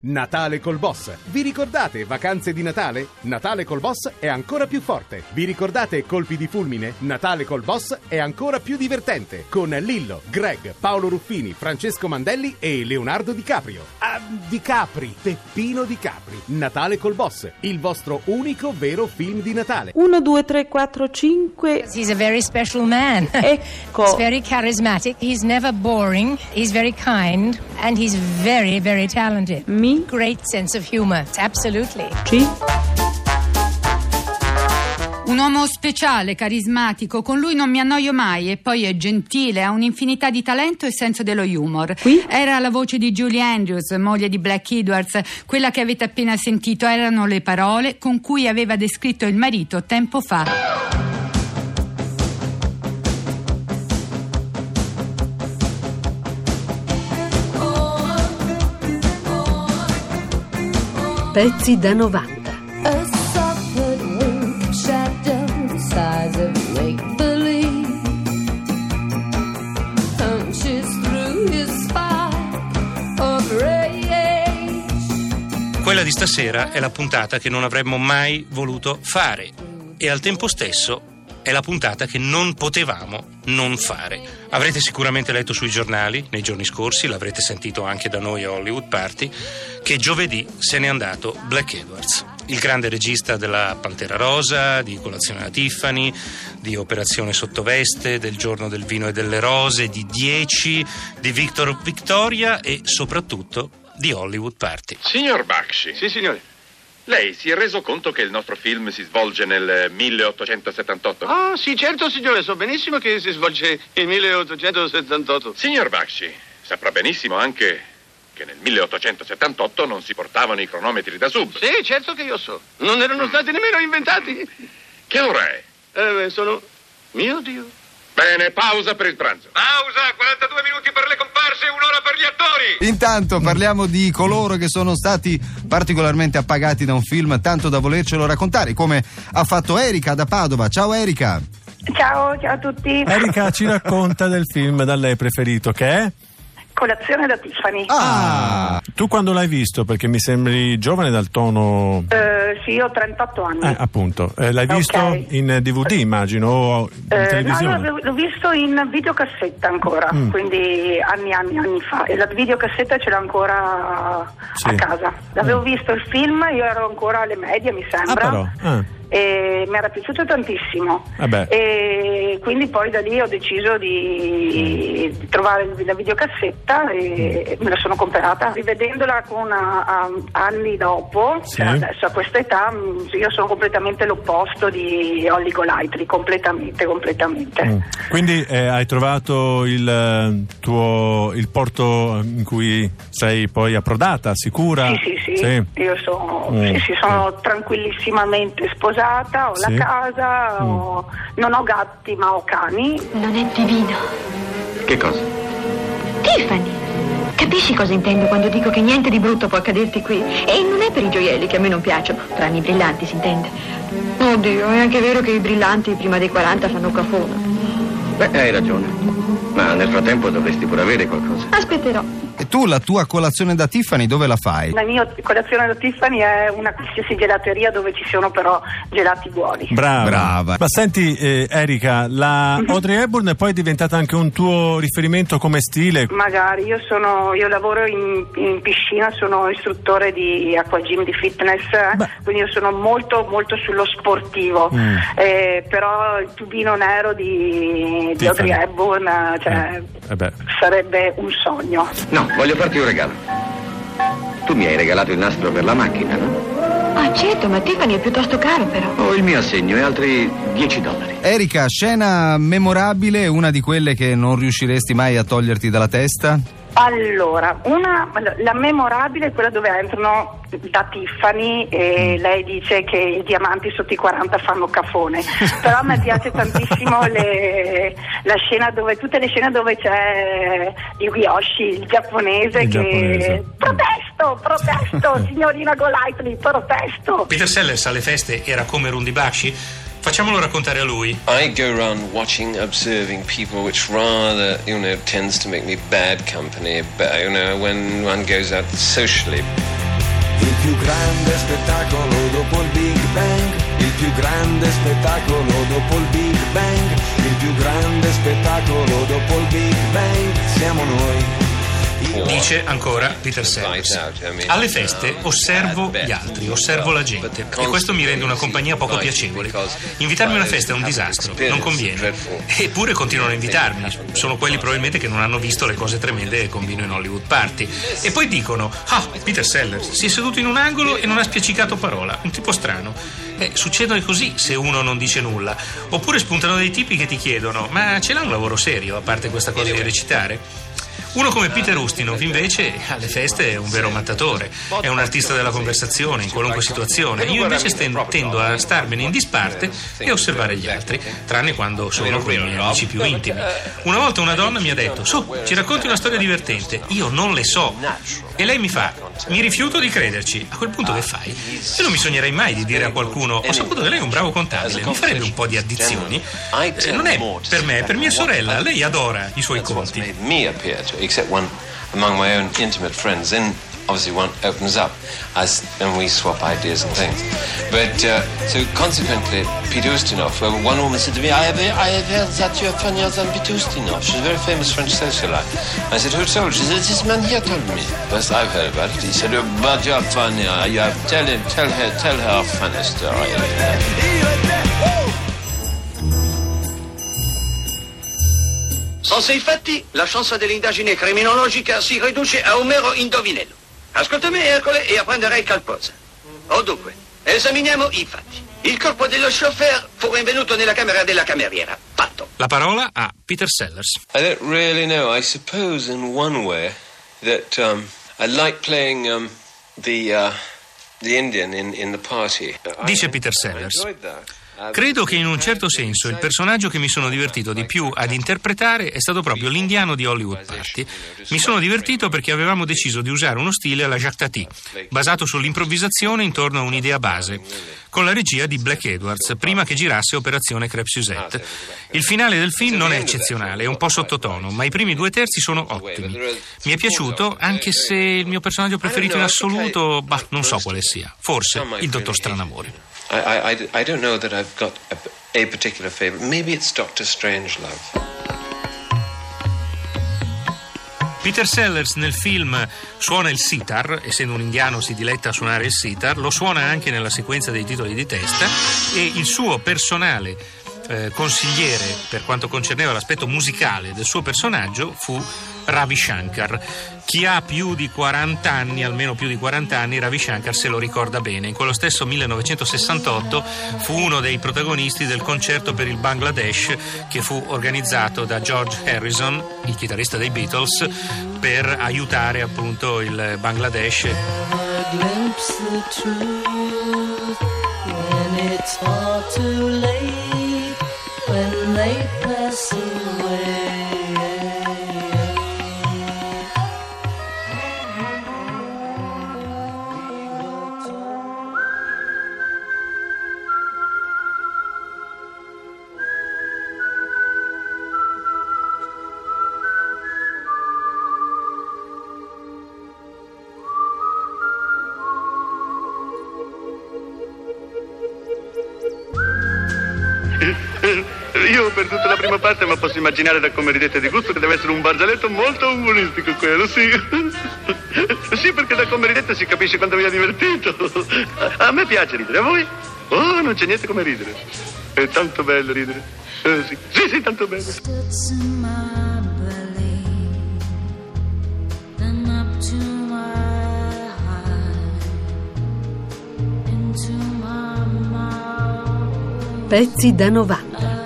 Natale col Boss. Vi ricordate vacanze di Natale? Natale col Boss è ancora più forte. Vi ricordate colpi di fulmine? Natale col Boss è ancora più divertente. Con Lillo, Greg, Paolo Ruffini, Francesco Mandelli e Leonardo Di Caprio. Peppino Di Capri. Natale col Boss, il vostro unico vero film di Natale. 1, 2, 3, 4, 5. He's a very special man. Ecco. He's very charismatic. He's never boring. He's very kind. And he's very, very talented. Great sense of humor. Absolutely. Sì. Un uomo speciale, carismatico, con lui non mi annoio mai e poi è gentile, ha un'infinità di talento e senso dello humor. Qui? Era la voce di Julie Andrews, moglie di Black Edwards, quella che avete appena sentito. Erano le parole con cui aveva descritto il marito tempo fa. Pezzi da 90. Quella di stasera è la puntata che non avremmo mai voluto fare e al tempo stesso è la puntata che non potevamo non fare. Avrete sicuramente letto sui giornali nei giorni scorsi, l'avrete sentito anche da noi a Hollywood Party, che giovedì se n'è andato Black Edwards, il grande regista della Pantera Rosa, di Colazione da Tiffany, di Operazione Sottoveste, del Giorno del Vino e delle Rose, di 10, di Victoria e soprattutto di Hollywood Party. Signor Bakshi. Sì, signore. Lei si è reso conto che il nostro film si svolge nel 1878? Ah, sì, certo, signore. So benissimo che si svolge nel 1878. Signor Bakshi, saprà benissimo anche che nel 1878 non si portavano i cronometri da sub. Sì, certo che io so. Non erano stati nemmeno inventati. Che ora è? Sono... Mio Dio. Bene, pausa per il pranzo. Pausa, 42 minuti per le comparse e un'ora per gli attori. Intanto parliamo di coloro che sono stati particolarmente appagati da un film, tanto da volercelo raccontare, come ha fatto Erika da Padova. Ciao Erika. Ciao a tutti. Erika ci racconta del film da lei preferito, che è? Colazione da Tiffany. Tu quando l'hai visto? Perché mi sembri giovane dal tono. Sì, ho 38 anni. Appunto. L'hai visto in DVD, immagino, o in televisione? No, l'ho visto in videocassetta ancora, quindi anni fa. E la videocassetta ce l'ho ancora a casa. L'avevo visto il film, io ero ancora alle medie, mi sembra. E mi era piaciuto tantissimo. E quindi poi da lì ho deciso di trovare la videocassetta e me la sono comprata, rivedendola con anni dopo. Cioè adesso a questa età io sono completamente l'opposto di Holly Golightly, completamente. Quindi hai trovato il porto in cui sei poi approdata, sicura? Sì. Io sono tranquillissimamente sposata, ho la casa, non ho gatti ma ho cani. Non è divino. Che cosa? Tiffany, capisci cosa intendo quando dico che niente di brutto può accaderti qui? E non è per i gioielli, che a me non piacciono, tranne i brillanti, si intende. Oddio, è anche vero che i brillanti prima dei 40 fanno cafona. Beh, hai ragione, ma nel frattempo dovresti pure avere qualcosa. Aspetterò. E tu la tua colazione da Tiffany dove la fai? La mia colazione da Tiffany è una qualsiasi gelateria dove ci sono però gelati buoni. Brava. Ma senti Erika, la Audrey Hepburn è poi diventata anche un tuo riferimento come stile? Magari, io lavoro in piscina, sono istruttore di acquagym, di fitness, quindi io sono molto sullo sportivo, però il tubino nero di Audrey Hepburn sarebbe un sogno. No, voglio farti un regalo. Tu mi hai regalato il nastro per la macchina, no? Ah, certo, ma Tiffany è piuttosto caro, però. Ho il mio assegno e altri $10. Erika, scena memorabile, una di quelle che non riusciresti mai a toglierti dalla testa? Allora, la memorabile è quella dove entrano da Tiffany e lei dice che i diamanti sotto i 40 fanno cafone. Però a me piace tantissimo tutte le scene dove c'è Yukiyoshi, il giapponese. Protesto, signorina Golightly, protesto. Peter Sellers alle feste era come Rundi Bakshi? Facciamolo raccontare a lui. I go around watching, observing people, which rather, tends to make me bad company, when one goes out socially. il più grande spettacolo dopo il Big Bang, il più grande spettacolo dopo il Big Bang, il più grande spettacolo dopo il Big Bang, siamo noi. Dice ancora Peter Sellers: alle feste osservo gli altri, osservo la gente, e questo mi rende una compagnia poco piacevole. Invitarmi a una festa è un disastro, non conviene. Eppure continuano a invitarmi. Sono quelli probabilmente che non hanno visto le cose tremende che combino in Hollywood Party. E poi dicono: ah, Peter Sellers si è seduto in un angolo e non ha spiaccicato parola, un tipo strano. Succedono così se uno non dice nulla. Oppure spuntano dei tipi che ti chiedono: ma ce l'ha un lavoro serio a parte questa cosa di recitare? Uno come Peter Ustinov invece alle feste è un vero mattatore, è un artista della conversazione in qualunque situazione. Io invece tendo a starmene in disparte e osservare gli altri, tranne quando sono con i miei amici più intimi. Una volta una donna mi ha detto: su, ci racconti una storia divertente. Io non le so. E lei mi fa: mi rifiuto di crederci. A quel punto che fai? Io non mi sognerei mai di dire a qualcuno: ho saputo che lei è un bravo contabile, mi farebbe un po' di addizioni? Non è per me, è per mia sorella. Lei adora i suoi conti. Except one among my own intimate friends. Then obviously one opens up and we swap ideas and things. But so consequently, Peter Ustinov, one woman said to me, I have heard that you're funnier than Peter Ustinov. She's a very famous French socialite. I said, who told you? She said, this man here told me. First I've heard about it. He said, oh, but you're funny. Tell her a funny story. Senza i fatti, la scienza dell'indagine criminologica si riduce a un mero indovinello. Ascolta me, Ercole, e apprenderai qualcosa. Dunque, esaminiamo i fatti. Il corpo dello chauffeur fu rinvenuto nella camera della cameriera. Fatto. La parola a Peter Sellers. I don't really know. I suppose in one way that I like playing the Indian in the party. Dice Peter Sellers: credo che in un certo senso il personaggio che mi sono divertito di più ad interpretare è stato proprio l'indiano di Hollywood Party. Mi sono divertito perché avevamo deciso di usare uno stile alla Jacques Tati, basato sull'improvvisazione intorno a un'idea base, con la regia di Black Edwards, prima che girasse Operazione Crêpe Suzette. Il finale del film non è eccezionale, è un po' sottotono, ma i primi 2 terzi sono ottimi. Mi è piaciuto, anche se il mio personaggio preferito in assoluto, non so quale sia. Forse il Dottor Stranamore. I don't know that I've got a particular favorite. Maybe it's Dr. Strangelove. Peter Sellers nel film suona il sitar, essendo un indiano si diletta a suonare il sitar, lo suona anche nella sequenza dei titoli di testa, e il suo personale consigliere per quanto concerneva l'aspetto musicale del suo personaggio fu Ravi Shankar. Chi ha più di 40 anni, almeno più di 40 anni, Ravi Shankar se lo ricorda bene. In quello stesso 1968 fu uno dei protagonisti del concerto per il Bangladesh che fu organizzato da George Harrison, il chitarrista dei Beatles, per aiutare appunto il Bangladesh. When they pass away. Io ho perduto la prima parte, ma posso immaginare da come ridete di gusto che deve essere un barzaletto molto umoristico quello, sì. Sì, perché da come ridete si capisce quanto vi ha divertito. A me piace ridere, a voi? Oh, non c'è niente come ridere. È tanto bello ridere. Sì, tanto bello. Pezzi da 90.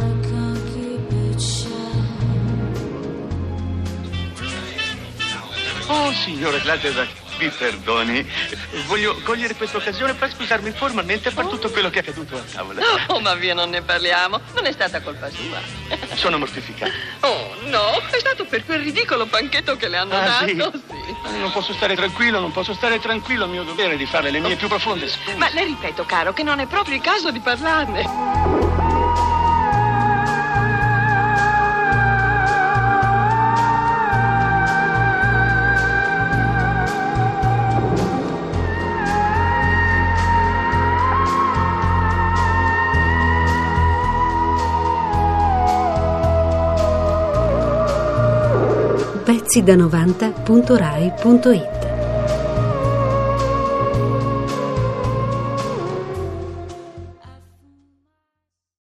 Oh, signore Gladys, mi perdoni. Voglio cogliere questa occasione per scusarmi formalmente per tutto quello che è accaduto a tavola. Oh, ma via, non ne parliamo. Non è stata colpa sua. Sono mortificato. Oh, no, è stato per quel ridicolo banchetto che le hanno dato. Sì. Non posso stare tranquillo, è mio dovere di fare le mie più profonde scuse. Ma le ripeto, caro, che non è proprio il caso di parlarne. pezzida90.rai.it.